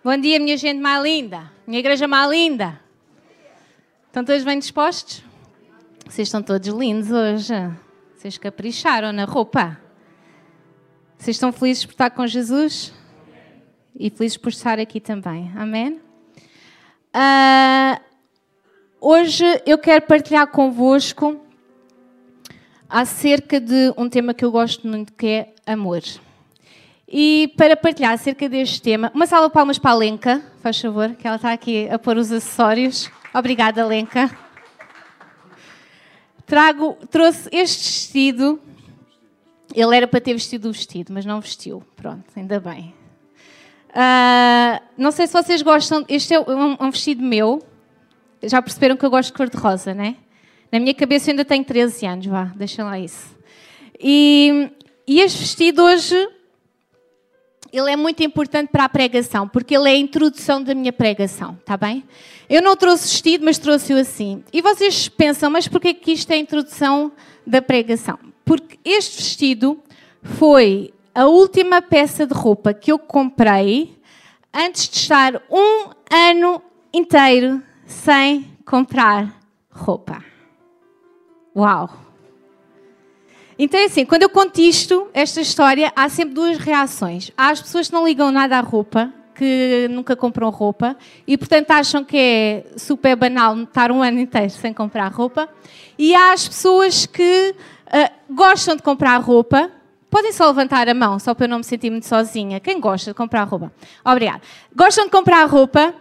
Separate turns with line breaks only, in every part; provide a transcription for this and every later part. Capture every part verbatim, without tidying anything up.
Bom dia, minha gente mais linda. Minha igreja mais linda. Estão todos bem dispostos? Vocês estão todos lindos hoje. Vocês capricharam na roupa. Vocês estão felizes por estar com Jesus? E felizes por estar aqui também. Amém? Uh, hoje eu quero partilhar convosco acerca de um tema que eu gosto muito, que é amor. E para partilhar acerca deste tema, uma salva de palmas para a Lenca, faz favor, que ela está aqui a pôr os acessórios. Obrigada, Lenca. Trago, trouxe este vestido. Ele era para ter vestido o vestido, mas não vestiu. Pronto, ainda bem. Uh, não sei se vocês gostam. Este é um, um vestido meu. Já perceberam que eu gosto de cor-de-rosa, não é? Na minha cabeça eu ainda tenho treze anos, vá, deixem lá isso. E, e este vestido hoje, ele é muito importante para a pregação, porque ele é a introdução da minha pregação, está bem? Eu não trouxe vestido, mas trouxe-o assim. E vocês pensam, mas porquê que isto é a introdução da pregação? Porque este vestido foi a última peça de roupa que eu comprei antes de estar um ano inteiro sem comprar roupa. Uau! Então é assim, quando eu conto isto, esta história, há sempre duas reações. Há as pessoas que não ligam nada à roupa, que nunca compram roupa, e portanto acham que é super banal estar um ano inteiro sem comprar roupa. E há as pessoas que uh, gostam de comprar roupa. Podem só levantar a mão, só para eu não me sentir muito sozinha. Quem gosta de comprar roupa? Obrigada. Gostam de comprar roupa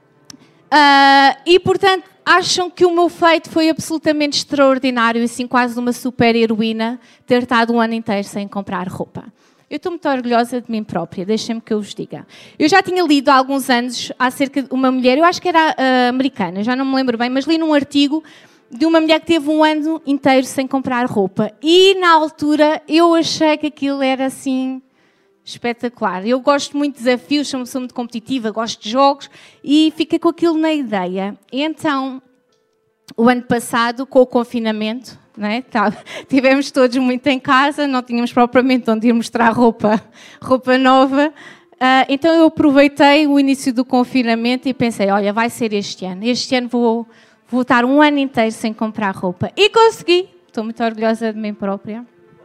uh, e, portanto, acham que o meu feito foi absolutamente extraordinário, assim, quase uma super heroína, ter estado um ano inteiro sem comprar roupa. Eu estou muito orgulhosa de mim própria, deixem-me que eu vos diga. Eu já tinha lido há alguns anos acerca de uma mulher, eu acho que era uh, americana, já não me lembro bem, mas li num artigo de uma mulher que teve um ano inteiro sem comprar roupa. E, na altura, eu achei que aquilo era, assim, espetacular. Eu gosto muito de desafios, sou uma pessoa muito competitiva, gosto de jogos, e fiquei com aquilo na ideia. E então, o ano passado, com o confinamento, né, tá, tivemos todos muito em casa, não tínhamos propriamente onde ir mostrar roupa, roupa nova. Uh, então, eu aproveitei o início do confinamento e pensei, olha, vai ser este ano. Este ano vou... Vou estar um ano inteiro sem comprar roupa. E consegui. Estou muito orgulhosa de mim própria.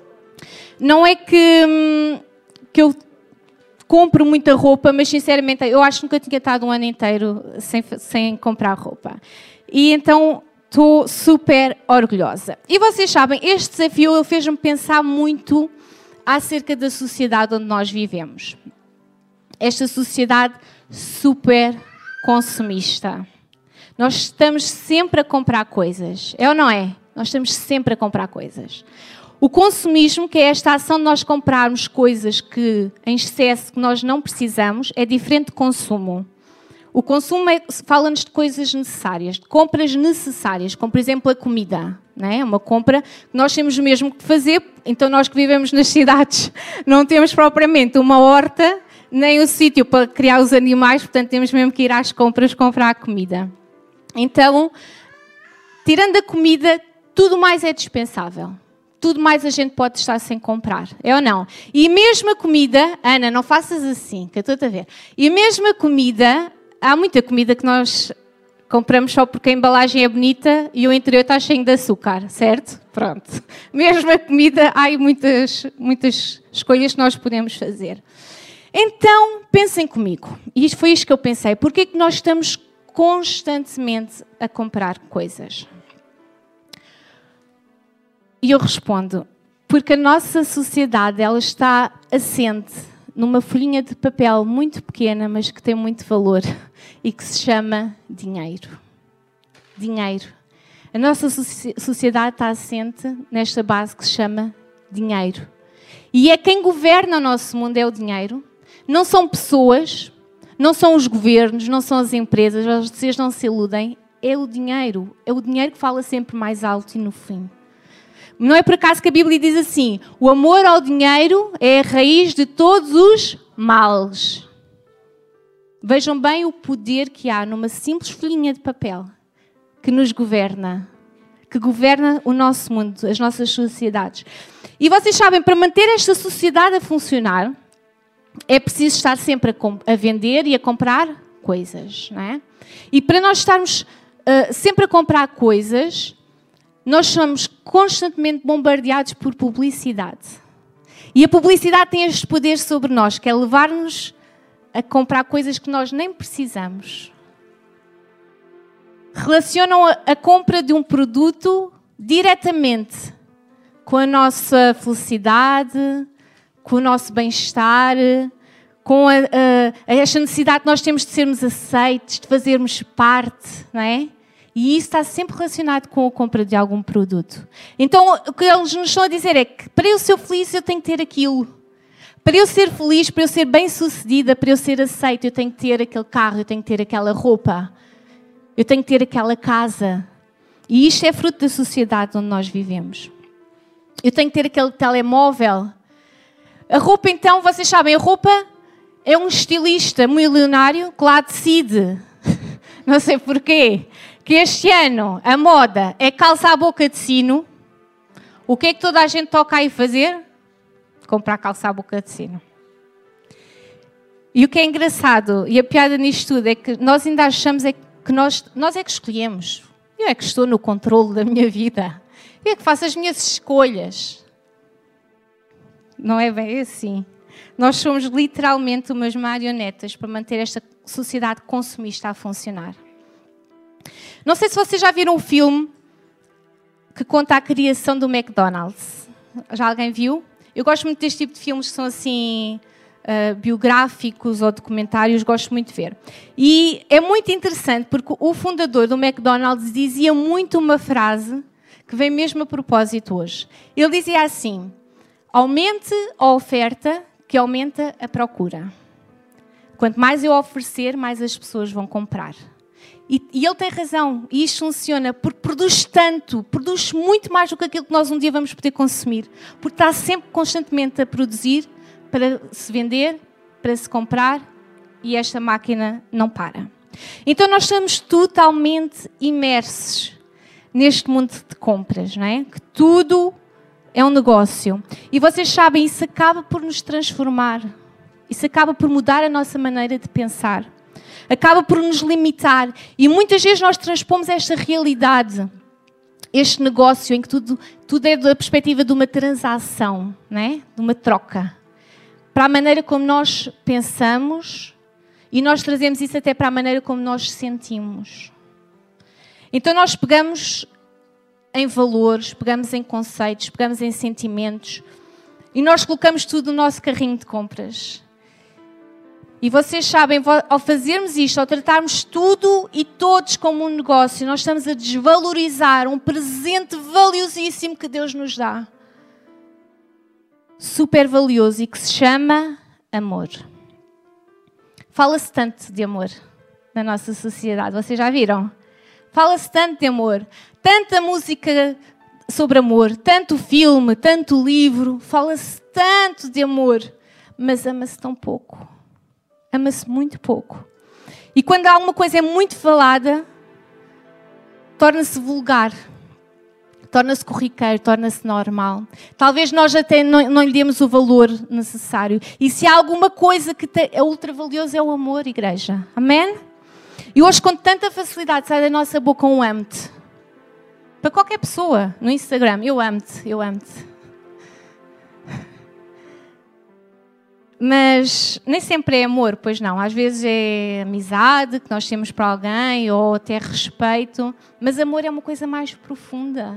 Não é que, que eu compro muita roupa, mas sinceramente eu acho que nunca tinha estado um ano inteiro sem, sem comprar roupa. E então estou super orgulhosa. E vocês sabem, este desafio fez-me pensar muito acerca da sociedade onde nós vivemos. Esta sociedade super consumista. Nós estamos sempre a comprar coisas, é ou não é? Nós estamos sempre a comprar coisas. O consumismo, que é esta ação de nós comprarmos coisas que, em excesso, que nós não precisamos, é diferente de consumo. O consumo é, fala-nos de coisas necessárias, de compras necessárias, como por exemplo a comida. Não é? Uma compra que nós temos mesmo que fazer, então nós que vivemos nas cidades não temos propriamente uma horta, nem o sítio para criar os animais, portanto temos mesmo que ir às compras comprar a comida. Então, tirando a comida, tudo mais é dispensável. Tudo mais a gente pode estar sem comprar. É ou não? E mesmo a comida... Ana, não faças assim, que eu estou a ver. E mesmo a comida... Há muita comida que nós compramos só porque a embalagem é bonita e o interior está cheio de açúcar, certo? Pronto. Mesmo a comida, há muitas, muitas escolhas que nós podemos fazer. Então, pensem comigo. E foi isto que eu pensei. Porquê é que nós estamos constantemente a comprar coisas? E eu respondo, porque a nossa sociedade ela está assente numa folhinha de papel muito pequena, mas que tem muito valor e que se chama dinheiro. Dinheiro. A nossa sociedade está assente nesta base que se chama dinheiro. E é quem governa o nosso mundo é o dinheiro. Não são pessoas, não são os governos, não são as empresas, vocês não se iludem, é o dinheiro. É o dinheiro que fala sempre mais alto e no fim. Não é por acaso que a Bíblia diz assim, o amor ao dinheiro é a raiz de todos os males. Vejam bem o poder que há numa simples folhinha de papel que nos governa, que governa o nosso mundo, as nossas sociedades. E vocês sabem, para manter esta sociedade a funcionar, é preciso estar sempre a, a vender e a comprar coisas, não é? E para nós estarmos uh, sempre a comprar coisas, nós somos constantemente bombardeados por publicidade. E a publicidade tem este poder sobre nós, que é levar-nos a comprar coisas que nós nem precisamos. Relacionam a, a compra de um produto diretamente com a nossa felicidade, com o nosso bem-estar, com a, a, a esta necessidade que nós temos de sermos aceites, de fazermos parte, não é? E isso está sempre relacionado com a compra de algum produto. Então, o que eles nos estão a dizer é que para eu ser feliz eu tenho que ter aquilo. Para eu ser feliz, para eu ser bem-sucedida, para eu ser aceita, eu tenho que ter aquele carro, eu tenho que ter aquela roupa, eu tenho que ter aquela casa. E isto é fruto da sociedade onde nós vivemos. Eu tenho que ter aquele telemóvel. A roupa, então, vocês sabem, a roupa é um estilista milionário que lá decide, não sei porquê, que este ano a moda é calça à boca de sino. O que é que toda a gente toca aí fazer? Comprar calça à boca de sino. E o que é engraçado, e a piada nisto tudo, é que nós ainda achamos é que nós, nós é que escolhemos. Eu é que estou no controle da minha vida. Eu é que faço as minhas escolhas. Não é bem assim. Nós somos literalmente umas marionetas para manter esta sociedade consumista a funcionar. Não sei se vocês já viram um filme que conta a criação do McDonald's. Já alguém viu? Eu gosto muito deste tipo de filmes que são assim uh, biográficos ou documentários, gosto muito de ver. E é muito interessante porque o fundador do McDonald's dizia muito uma frase que vem mesmo a propósito hoje. Ele dizia assim: aumente a oferta que aumenta a procura. Quanto mais eu oferecer, mais as pessoas vão comprar. E, e ele tem razão, e isto funciona porque produz tanto, produz muito mais do que aquilo que nós um dia vamos poder consumir, porque está sempre constantemente a produzir para se vender, para se comprar, e esta máquina não para. Então nós estamos totalmente imersos neste mundo de compras, não é? Que tudo é um negócio. E vocês sabem, isso acaba por nos transformar, isso acaba por mudar a nossa maneira de pensar. Acaba por nos limitar e muitas vezes nós transpomos esta realidade, este negócio em que tudo, tudo é da perspectiva de uma transação, não é? De uma troca, para a maneira como nós pensamos e nós trazemos isso até para a maneira como nós sentimos. Então nós pegamos em valores, pegamos em conceitos, pegamos em sentimentos e nós colocamos tudo no nosso carrinho de compras. E vocês sabem, ao fazermos isto, ao tratarmos tudo e todos como um negócio, nós estamos a desvalorizar um presente valiosíssimo que Deus nos dá. Super valioso e que se chama amor. Fala-se tanto de amor na nossa sociedade, vocês já viram? Fala-se tanto de amor, tanta música sobre amor, tanto filme, tanto livro, fala-se tanto de amor, mas ama-se tão pouco. Ama-se muito pouco. E quando alguma coisa é muito falada, torna-se vulgar, torna-se corriqueiro, torna-se normal. Talvez nós até não, não lhe demos o valor necessário. E se há alguma coisa que é ultra valiosa é o amor, igreja. Amém? E hoje com tanta facilidade sai da nossa boca um amo-te. Para qualquer pessoa, no Instagram, eu amo-te, eu amo-te. Mas nem sempre é amor, pois não. Às vezes é amizade que nós temos para alguém ou até respeito. Mas amor é uma coisa mais profunda.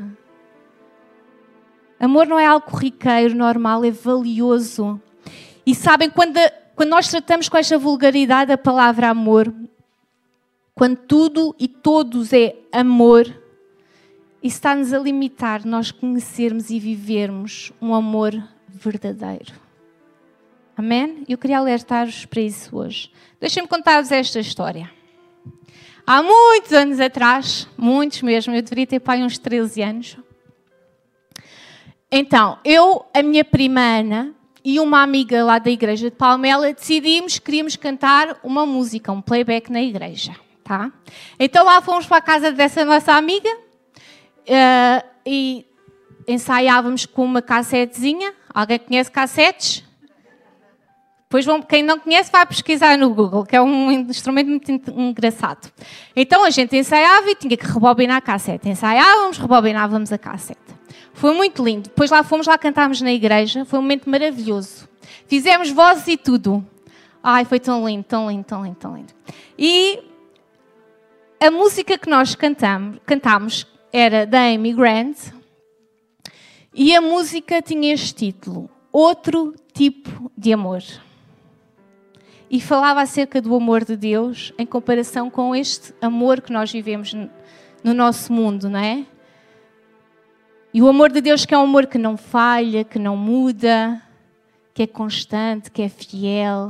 Amor não é algo corriqueiro, normal, é valioso. E sabem, quando, quando nós tratamos com esta vulgaridade a palavra amor, quando tudo e todos é amor, isso está-nos a limitar nós conhecermos e vivermos um amor verdadeiro. Amém? Eu queria alertar-vos para isso hoje. Deixem-me contar-vos esta história. Há muitos anos atrás, muitos mesmo, eu deveria ter pai uns treze anos. Então, eu, a minha prima Ana e uma amiga lá da igreja de Palmela decidimos que queríamos cantar uma música, um playback na igreja. Tá? Então lá fomos para a casa dessa nossa amiga uh, e ensaiávamos com uma cassetezinha. Alguém conhece cassetes? Depois, vão, quem não conhece, vai pesquisar no Google, que é um instrumento muito engraçado. Então, a gente ensaiava e tinha que rebobinar a cassete. Ensaiávamos, rebobinávamos a cassete. Foi muito lindo. Depois lá fomos, lá cantámos na igreja. Foi um momento maravilhoso. Fizemos vozes e tudo. Ai, foi tão lindo, tão lindo, tão lindo, tão lindo. E a música que nós cantamos, cantámos era da Amy Grant. E a música tinha este título: Outro Tipo de Amor. E falava acerca do amor de Deus em comparação com este amor que nós vivemos no nosso mundo, não é? E o amor de Deus, que é um amor que não falha, que não muda, que é constante, que é fiel.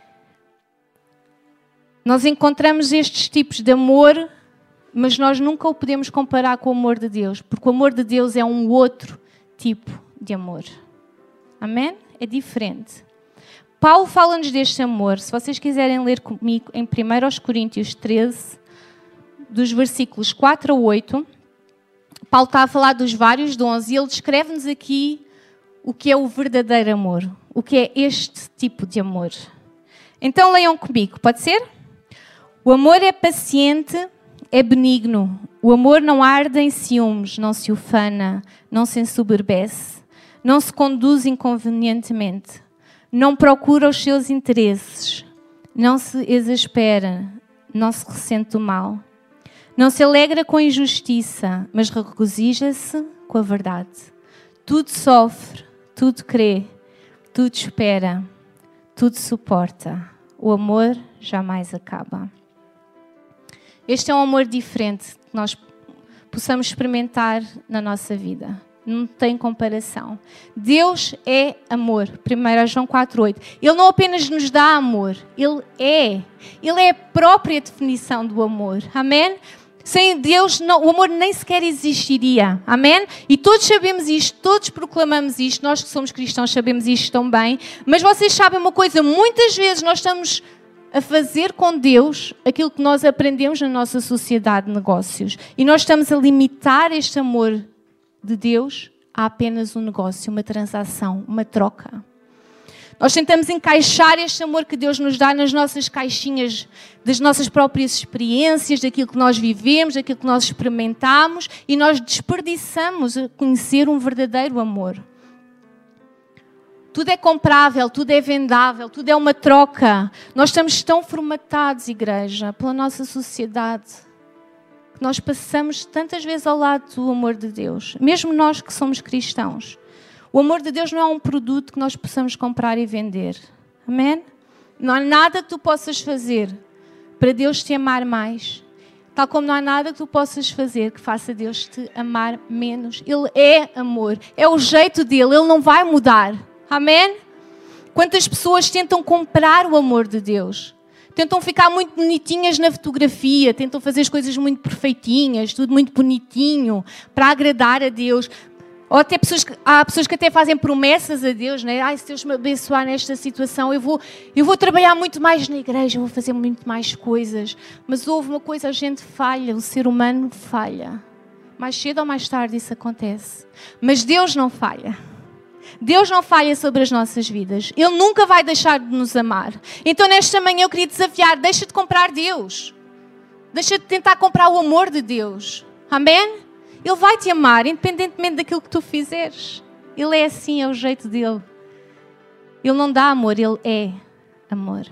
Nós encontramos estes tipos de amor, mas nós nunca o podemos comparar com o amor de Deus, porque o amor de Deus é um outro tipo de amor. Amém? É diferente. Paulo fala-nos deste amor. Se vocês quiserem ler comigo em primeira Coríntios treze, dos versículos quatro a oito, Paulo está a falar dos vários dons e ele descreve-nos aqui o que é o verdadeiro amor, o que é este tipo de amor. Então leiam comigo, pode ser? O amor é paciente, é benigno. O amor não arde em ciúmes, não se ufana, não se ensoberbece, não se conduz inconvenientemente. Não procura os seus interesses, não se exaspera, não se ressente do mal. Não se alegra com a injustiça, mas regozija-se com a verdade. Tudo sofre, tudo crê, tudo espera, tudo suporta. O amor jamais acaba. Este é um amor diferente que nós possamos experimentar na nossa vida. Não tem comparação. Deus é amor. primeira João quatro, oito. Ele não apenas nos dá amor, Ele é. Ele é a própria definição do amor. Amém? Sem Deus, não, o amor nem sequer existiria. Amém? E todos sabemos isto, todos proclamamos isto. Nós que somos cristãos sabemos isto tão bem. Mas vocês sabem uma coisa, muitas vezes nós estamos a fazer com Deus aquilo que nós aprendemos na nossa sociedade de negócios. E nós estamos a limitar este amor de Deus há apenas um negócio, uma transação, uma troca. Nós tentamos encaixar este amor que Deus nos dá nas nossas caixinhas, das nossas próprias experiências, daquilo que nós vivemos, daquilo que nós experimentamos, e nós desperdiçamos a conhecer um verdadeiro amor. Tudo é comprável, tudo é vendável, tudo é uma troca. Nós estamos tão formatados, igreja, pela nossa sociedade, nós passamos tantas vezes ao lado do amor de Deus, mesmo nós que somos cristãos. O amor de Deus não é um produto que nós possamos comprar e vender. Amém? Não há nada que tu possas fazer para Deus te amar mais, tal como não há nada que tu possas fazer que faça Deus te amar menos. Ele é amor, é o jeito dele, ele não vai mudar. Amém? Quantas pessoas tentam comprar o amor de Deus? Tentam ficar muito bonitinhas na fotografia, tentam fazer as coisas muito perfeitinhas, tudo muito bonitinho, para agradar a Deus. Ou até pessoas que, há pessoas que até fazem promessas a Deus, né? Ai, se Deus me abençoar nesta situação, eu vou, eu vou trabalhar muito mais na igreja, eu vou fazer muito mais coisas. Mas houve uma coisa, a gente falha, o ser humano falha. Mais cedo ou mais tarde isso acontece. Mas Deus não falha. Deus não falha sobre as nossas vidas. Ele nunca vai deixar de nos amar. Então nesta manhã eu queria desafiar, deixa de comprar Deus. Deixa de tentar comprar o amor de Deus. Amém? Ele vai te amar, independentemente daquilo que tu fizeres. Ele é assim, é o jeito dele. Ele não dá amor, ele é amor.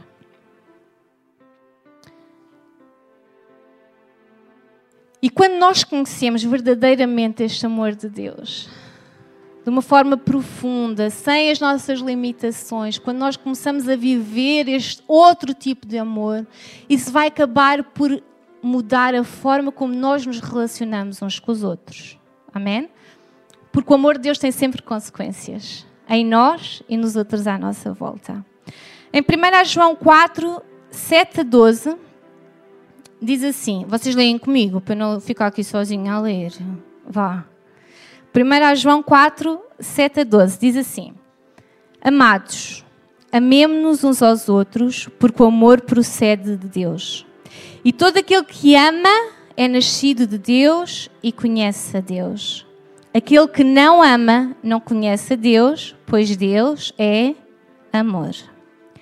E quando nós conhecemos verdadeiramente este amor de Deus, de uma forma profunda, sem as nossas limitações, quando nós começamos a viver este outro tipo de amor, isso vai acabar por mudar a forma como nós nos relacionamos uns com os outros. Amém? Porque o amor de Deus tem sempre consequências em nós e nos outros à nossa volta. Em primeira João quatro, sete a doze, diz assim, vocês leem comigo, para não ficar aqui sozinha a ler. Vá. primeira João quatro, sete a doze, diz assim: Amados, amemo-nos uns aos outros, porque o amor procede de Deus. E todo aquele que ama é nascido de Deus e conhece a Deus. Aquele que não ama não conhece a Deus, pois Deus é amor.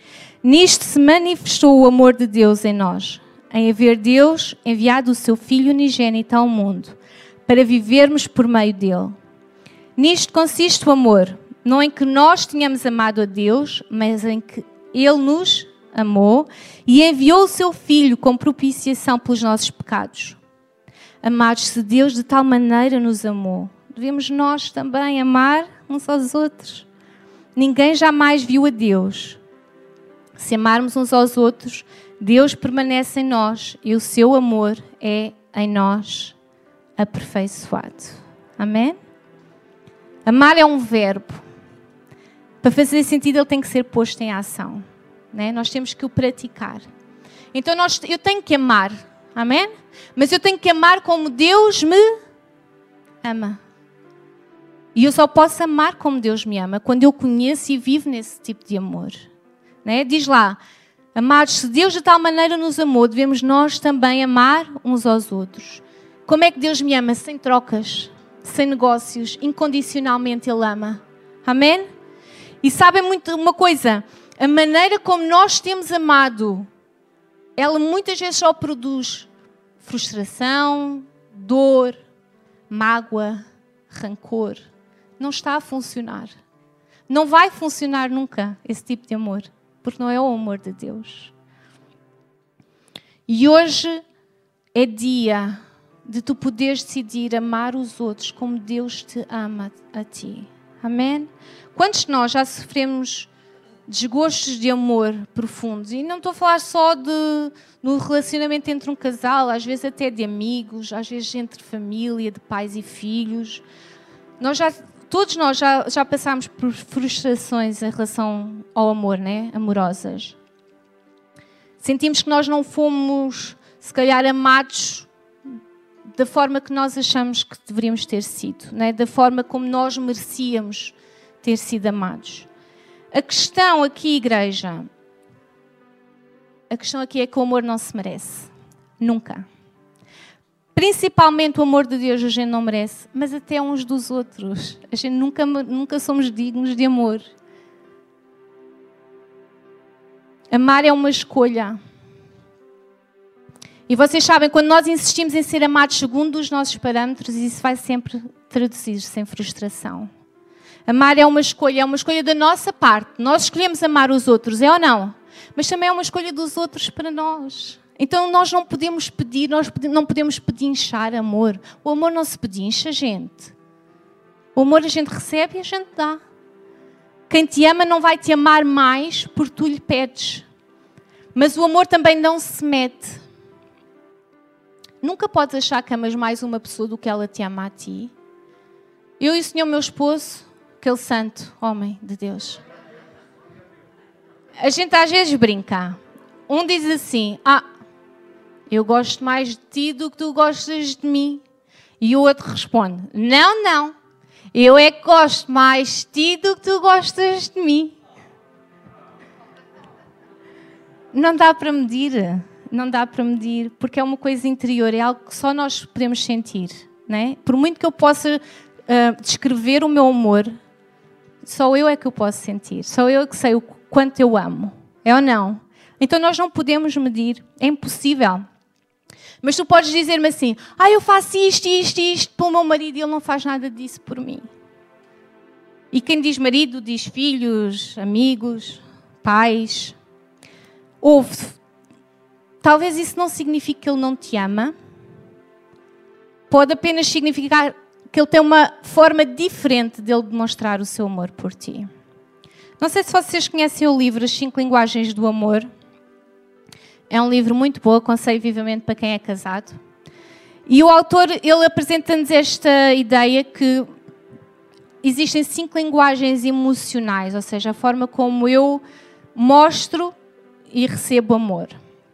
Nisto se manifestou o amor de Deus em nós, em haver Deus enviado o seu Filho unigênito ao mundo, para vivermos por meio dele. Nisto consiste o amor, não em que nós tenhamos amado a Deus, mas em que ele nos amou e enviou o seu Filho como propiciação pelos nossos pecados. Amados, se Deus de tal maneira nos amou, devemos nós também amar uns aos outros. Ninguém jamais viu a Deus. Se amarmos uns aos outros, Deus permanece em nós e o seu amor é em nós aperfeiçoado. Amém? Amar é um verbo. Para fazer sentido, ele tem que ser posto em ação. Né? Nós temos que o praticar. Então nós, eu tenho que amar. Amém? Mas eu tenho que amar como Deus me ama. E eu só posso amar como Deus me ama quando eu conheço e vivo nesse tipo de amor. Né? Diz lá, amados, se Deus de tal maneira nos amou, devemos nós também amar uns aos outros. Como é que Deus me ama? Sem trocas, sem negócios, incondicionalmente Ele ama. Amém? E sabem muito uma coisa, a maneira como nós temos amado, ela muitas vezes só produz frustração, dor, mágoa, rancor. Não está a funcionar. Não vai funcionar nunca esse tipo de amor, porque não é o amor de Deus. E hoje é dia de tu poderes decidir amar os outros como Deus te ama a ti. Amém? Quantos de nós já sofremos desgostos de amor profundos? E não estou a falar só de, no relacionamento entre um casal, às vezes até de amigos, às vezes entre família, de pais e filhos. Nós já, todos nós já, já passámos por frustrações em relação ao amor, né? Amorosas. Sentimos que nós não fomos, se calhar, amados da forma que nós achamos que deveríamos ter sido, né? Da forma como nós merecíamos ter sido amados. A questão aqui, igreja, a questão aqui é que o amor não se merece. Nunca. Principalmente o amor de Deus a gente não merece, mas até uns dos outros. A gente nunca, nunca somos dignos de amor. Amar é uma escolha. E vocês sabem, quando nós insistimos em ser amados segundo os nossos parâmetros, isso vai sempre traduzir-se em frustração. Amar é uma escolha, é uma escolha da nossa parte. Nós escolhemos amar os outros, é ou não? Mas também é uma escolha dos outros para nós. Então nós não podemos pedir, nós não podemos pedinchar amor. O amor não se pedincha, gente. O amor a gente recebe e a gente dá. Quem te ama não vai te amar mais porque tu lhe pedes. Mas o amor também não se mete. Nunca podes achar que amas mais uma pessoa do que ela te ama a ti. Eu e o Senhor, meu esposo, aquele santo homem de Deus. A gente às vezes brinca. Um diz assim, ah, eu gosto mais de ti do que tu gostas de mim. E o outro responde, não, não, eu é que gosto mais de ti do que tu gostas de mim. Não dá para medir. Não dá para medir, porque é uma coisa interior, é algo que só nós podemos sentir, né? Por muito que eu possa uh, descrever o meu amor, só eu é que eu posso sentir, só eu é que sei o quanto eu amo, é ou não? Então nós não podemos medir, é impossível. Mas tu podes dizer-me assim, ah, eu faço isto, isto, isto pelo meu marido e ele não faz nada disso por mim. E quem diz marido, diz filhos, amigos, pais. Ouve. Talvez isso não signifique que ele não te ama. Pode apenas significar que ele tem uma forma diferente de ele demonstrar o seu amor por ti. Não sei se vocês conhecem o livro As Cinco Linguagens do Amor. É um livro muito bom, aconselho vivamente para quem é casado. E o autor, ele apresenta-nos esta ideia que existem cinco linguagens emocionais, ou seja, a forma como eu mostro e recebo amor.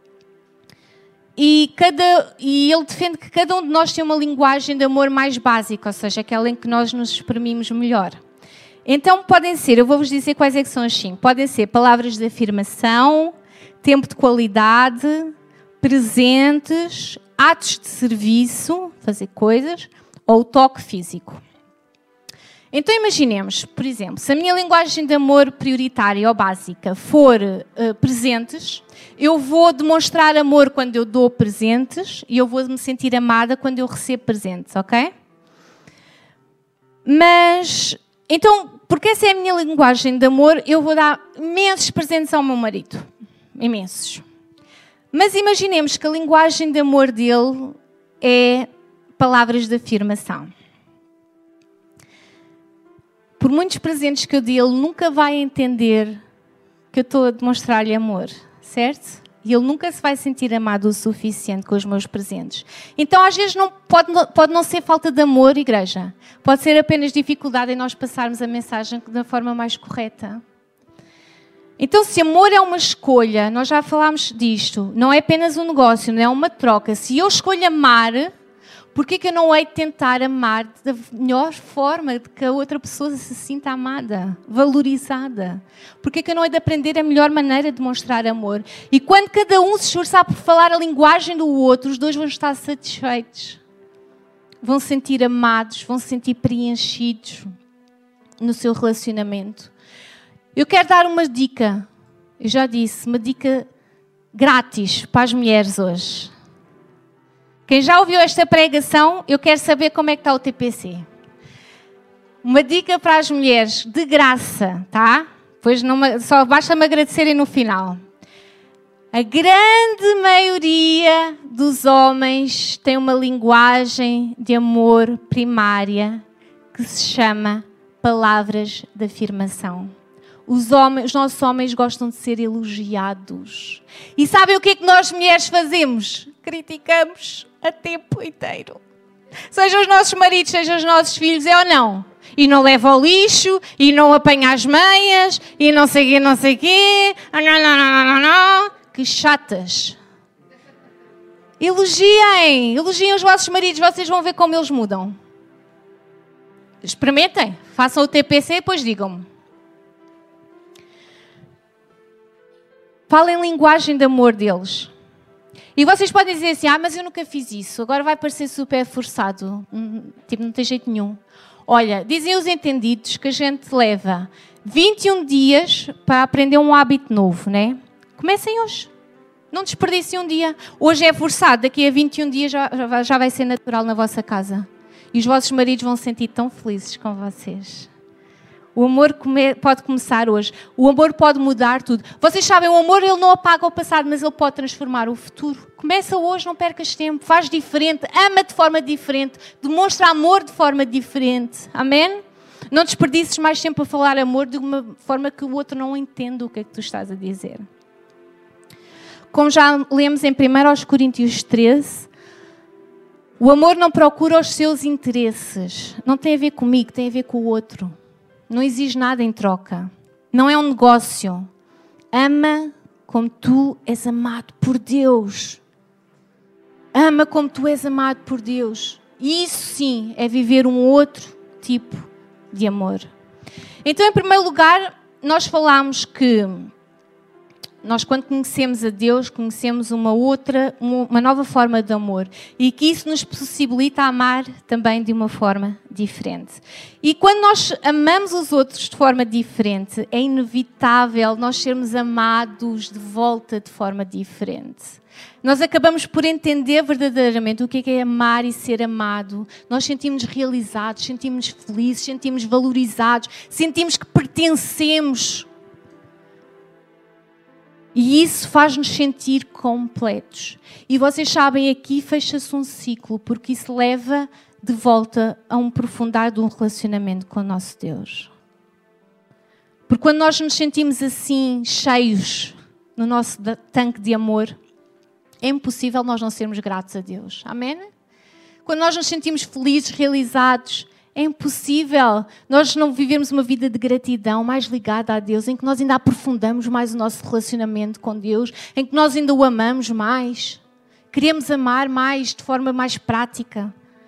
E, cada, e ele defende que cada um de nós tem uma linguagem de amor mais básica, ou seja, aquela em que nós nos exprimimos melhor. Então podem ser, eu vou-vos dizer quais é que são as cinco. Podem ser palavras de afirmação, tempo de qualidade, presentes, atos de serviço, fazer coisas, ou toque físico. Então imaginemos, por exemplo, se a minha linguagem de amor prioritária ou básica for uh, presentes, eu vou demonstrar amor quando eu dou presentes e eu vou me sentir amada quando eu recebo presentes, ok? Mas, então, porque essa é a minha linguagem de amor, eu vou dar imensos presentes ao meu marido. Imensos. Mas imaginemos que a linguagem de amor dele é palavras de afirmação. Por muitos presentes que eu dei, ele nunca vai entender que eu estou a demonstrar-lhe amor, certo? E ele nunca se vai sentir amado o suficiente com os meus presentes. Então, às vezes, não, pode, pode não ser falta de amor, igreja. Pode ser apenas dificuldade em nós passarmos a mensagem da forma mais correta. Então, se amor é uma escolha, nós já falámos disto, não é apenas um negócio, não é uma troca. Se eu escolho amar, por que que eu não hei de tentar amar da melhor forma de que a outra pessoa se sinta amada, valorizada? Por que que eu não hei de aprender a melhor maneira de mostrar amor? E quando cada um se esforçar por falar a linguagem do outro, os dois vão estar satisfeitos. Vão se sentir amados, vão se sentir preenchidos no seu relacionamento. Eu quero dar uma dica, eu já disse, uma dica grátis para as mulheres hoje. Quem já ouviu esta pregação, eu quero saber como é que está o T P C. Uma dica para as mulheres, de graça, tá? Pois não, só basta-me agradecerem no final. A grande maioria dos homens tem uma linguagem de amor primária que se chama palavras de afirmação. Os, homens, os nossos homens gostam de ser elogiados. E sabem o que é que nós mulheres fazemos? Criticamos a tempo inteiro. Sejam os nossos maridos, sejam os nossos filhos, é ou não? E não leva ao lixo, e não apanha as meias, e não sei o quê, não sei o quê. Não, não, não, não, não. Que chatas. Elogiem, elogiem os vossos maridos, vocês vão ver como eles mudam. Experimentem, façam o T P C e depois digam-me. Falem linguagem de amor deles. E vocês podem dizer assim, ah, mas eu nunca fiz isso, agora vai parecer super forçado. Tipo, não tem jeito nenhum. Olha, dizem os entendidos que a gente leva vinte e um dias para aprender um hábito novo, né? Comecem hoje. Não desperdicem um dia. Hoje é forçado, daqui a vinte e um dias já, já vai ser natural na vossa casa. E os vossos maridos vão se sentir tão felizes com vocês. O amor come, pode começar hoje. O amor pode mudar tudo. Vocês sabem, o amor ele não apaga o passado, mas ele pode transformar o futuro. Começa hoje, não percas tempo. Faz diferente, ama de forma diferente, demonstra amor de forma diferente. Amém? Não desperdices mais tempo a falar amor de uma forma que o outro não entenda o que é que tu estás a dizer. Como já lemos em primeira Coríntios treze, o amor não procura os seus interesses. Não tem a ver comigo, tem a ver com o outro. Não exige nada em troca. Não é um negócio. Ama como tu és amado por Deus. Ama como tu és amado por Deus. E isso sim é viver um outro tipo de amor. Então, em primeiro lugar, nós falámos que nós, quando conhecemos a Deus, conhecemos uma outra, uma nova forma de amor. E que isso nos possibilita amar também de uma forma diferente. E quando nós amamos os outros de forma diferente, é inevitável nós sermos amados de volta de forma diferente. Nós acabamos por entender verdadeiramente o que é amar e ser amado. Nós sentimos realizados, sentimos felizes, sentimos valorizados, sentimos que pertencemos. E isso faz-nos sentir completos. E vocês sabem, aqui fecha-se um ciclo, porque isso leva de volta a um aprofundar de um relacionamento com o nosso Deus. Porque quando nós nos sentimos assim, cheios no nosso tanque de amor, é impossível nós não sermos gratos a Deus. Amém? Quando nós nos sentimos felizes, realizados, é impossível nós não vivermos uma vida de gratidão mais ligada a Deus, em que nós ainda aprofundamos mais o nosso relacionamento com Deus, em que nós ainda o amamos mais, queremos amar mais, de forma mais prática.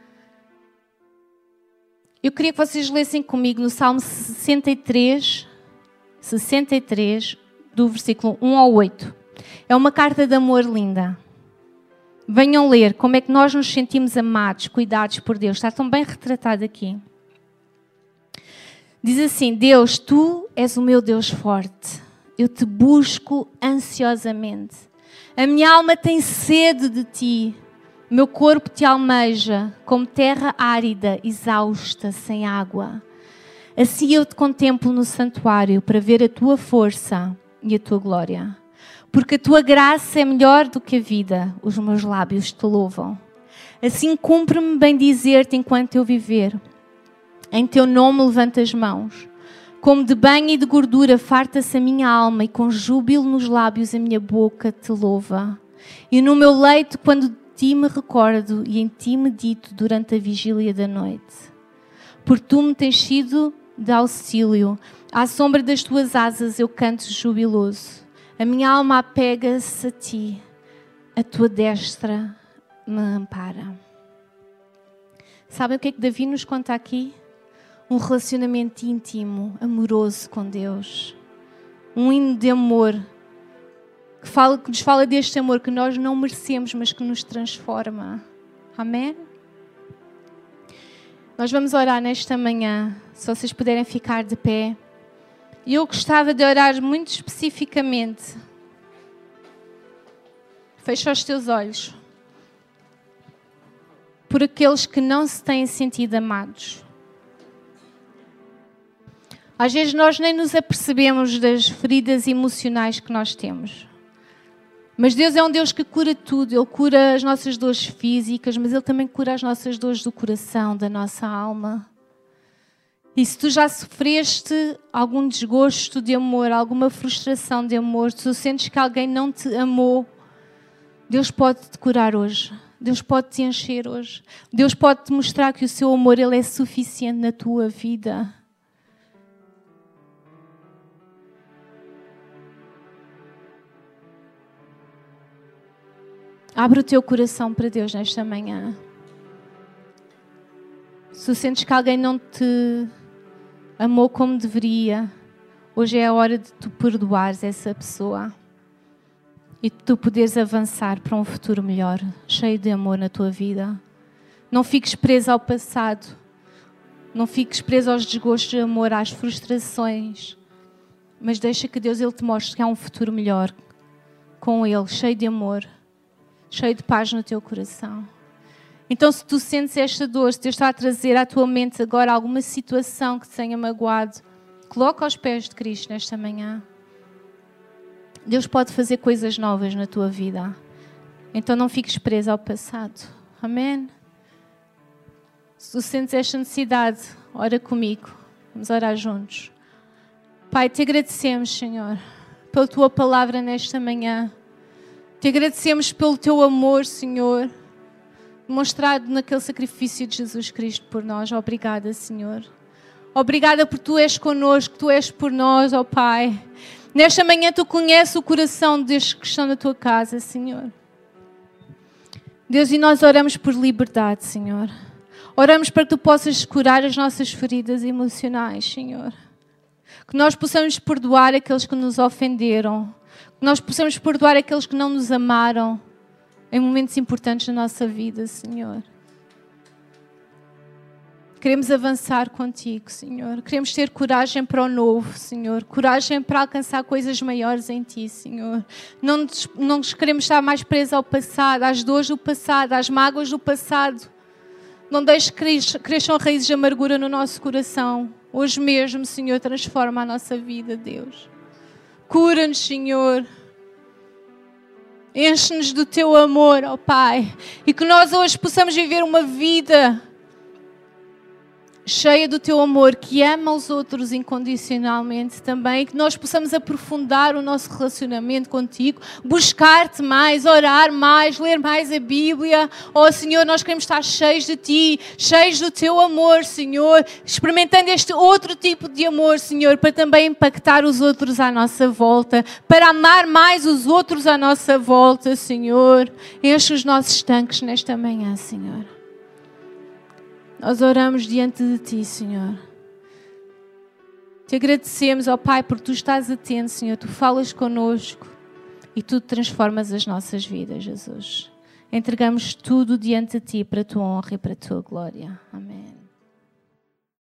Eu queria que vocês lessem comigo no Salmo sessenta e três, sessenta e três, do versículo um ao oito. É uma carta de amor linda. Venham ler como é que nós nos sentimos amados, cuidados por Deus. Está tão bem retratado aqui. Diz assim: Deus, Tu és o meu Deus forte. Eu Te busco ansiosamente. A minha alma tem sede de Ti. Meu corpo Te almeja como terra árida, exausta, sem água. Assim eu Te contemplo no santuário para ver a Tua força e a Tua glória. Porque a Tua graça é melhor do que a vida. Os meus lábios Te louvam. Assim cumpre-me bem dizer-Te enquanto eu viver. Em Teu nome levanto as mãos. Como de banho e de gordura farta-se a minha alma e com júbilo nos lábios a minha boca Te louva. E no meu leito, quando de Ti me recordo e em Ti medito durante a vigília da noite. Porque Tu me tens sido de auxílio. À sombra das Tuas asas eu canto jubiloso. A minha alma apega-se a Ti. A Tua destra me ampara. Sabem o que é que Davi nos conta aqui? Um relacionamento íntimo, amoroso com Deus. Um hino de amor que, fala, que nos fala deste amor que nós não merecemos, mas que nos transforma. Amém? Nós vamos orar nesta manhã, se vocês puderem ficar de pé. E eu gostava de orar muito especificamente. Fecha os teus olhos. Por aqueles que não se têm sentido amados. Às vezes nós nem nos apercebemos das feridas emocionais que nós temos. Mas Deus é um Deus que cura tudo. Ele cura as nossas dores físicas, mas Ele também cura as nossas dores do coração, da nossa alma. E se tu já sofreste algum desgosto de amor, alguma frustração de amor, se tu sentes que alguém não te amou, Deus pode te curar hoje. Deus pode te encher hoje. Deus pode te mostrar que o seu amor ele é suficiente na tua vida. Abre o teu coração para Deus nesta manhã. Se tu sentes que alguém não te amou como deveria, hoje é a hora de tu perdoares essa pessoa e de tu poderes avançar para um futuro melhor, cheio de amor na tua vida. Não fiques preso ao passado. Não fiques preso aos desgostos de amor, às frustrações. Mas deixa que Deus ele te mostre que há um futuro melhor com Ele, cheio de amor, cheio de paz no teu coração. Então, se tu sentes esta dor, se Deus está a trazer à tua mente agora alguma situação que te tenha magoado, coloca aos pés de Cristo nesta manhã. Deus pode fazer coisas novas na tua vida. Então não fiques preso ao passado. Amém? Se tu sentes esta necessidade, ora comigo. Vamos orar juntos. Pai, te agradecemos, Senhor, pela tua palavra nesta manhã. Te agradecemos pelo teu amor, Senhor, demonstrado naquele sacrifício de Jesus Cristo por nós. Obrigada, Senhor. Obrigada por tu és connosco, tu és por nós, ó Pai. Nesta manhã tu conheces o coração destes que estão na tua casa, Senhor. Deus, e nós oramos por liberdade, Senhor. Oramos para que tu possas curar as nossas feridas emocionais, Senhor. Que nós possamos perdoar aqueles que nos ofenderam. Que nós possamos perdoar aqueles que não nos amaram em momentos importantes da nossa vida, Senhor. Queremos avançar contigo, Senhor. Queremos ter coragem para o novo, Senhor. Coragem para alcançar coisas maiores em Ti, Senhor. Não nos, não nos queremos estar mais presos ao passado, às dores do passado, às mágoas do passado. Não deixes que cresçam raízes de amargura no nosso coração. Hoje mesmo, Senhor, transforma a nossa vida, Deus. Cura-nos, Senhor. Enche-nos do Teu amor, ó Pai. E que nós hoje possamos viver uma vida cheia do Teu amor, que ama os outros incondicionalmente também, que nós possamos aprofundar o nosso relacionamento contigo, buscar-te mais, orar mais, ler mais a Bíblia. Oh Senhor, nós queremos estar cheios de Ti, cheios do Teu amor, Senhor, experimentando este outro tipo de amor, Senhor, para também impactar os outros à nossa volta, para amar mais os outros à nossa volta, Senhor. Enche os nossos tanques nesta manhã, Senhor. Nós oramos diante de Ti, Senhor. Te agradecemos, ó Pai, porque Tu estás atento, Senhor. Tu falas connosco e Tu transformas as nossas vidas, Jesus. Entregamos tudo diante de Ti para a Tua honra e para a Tua glória. Amém.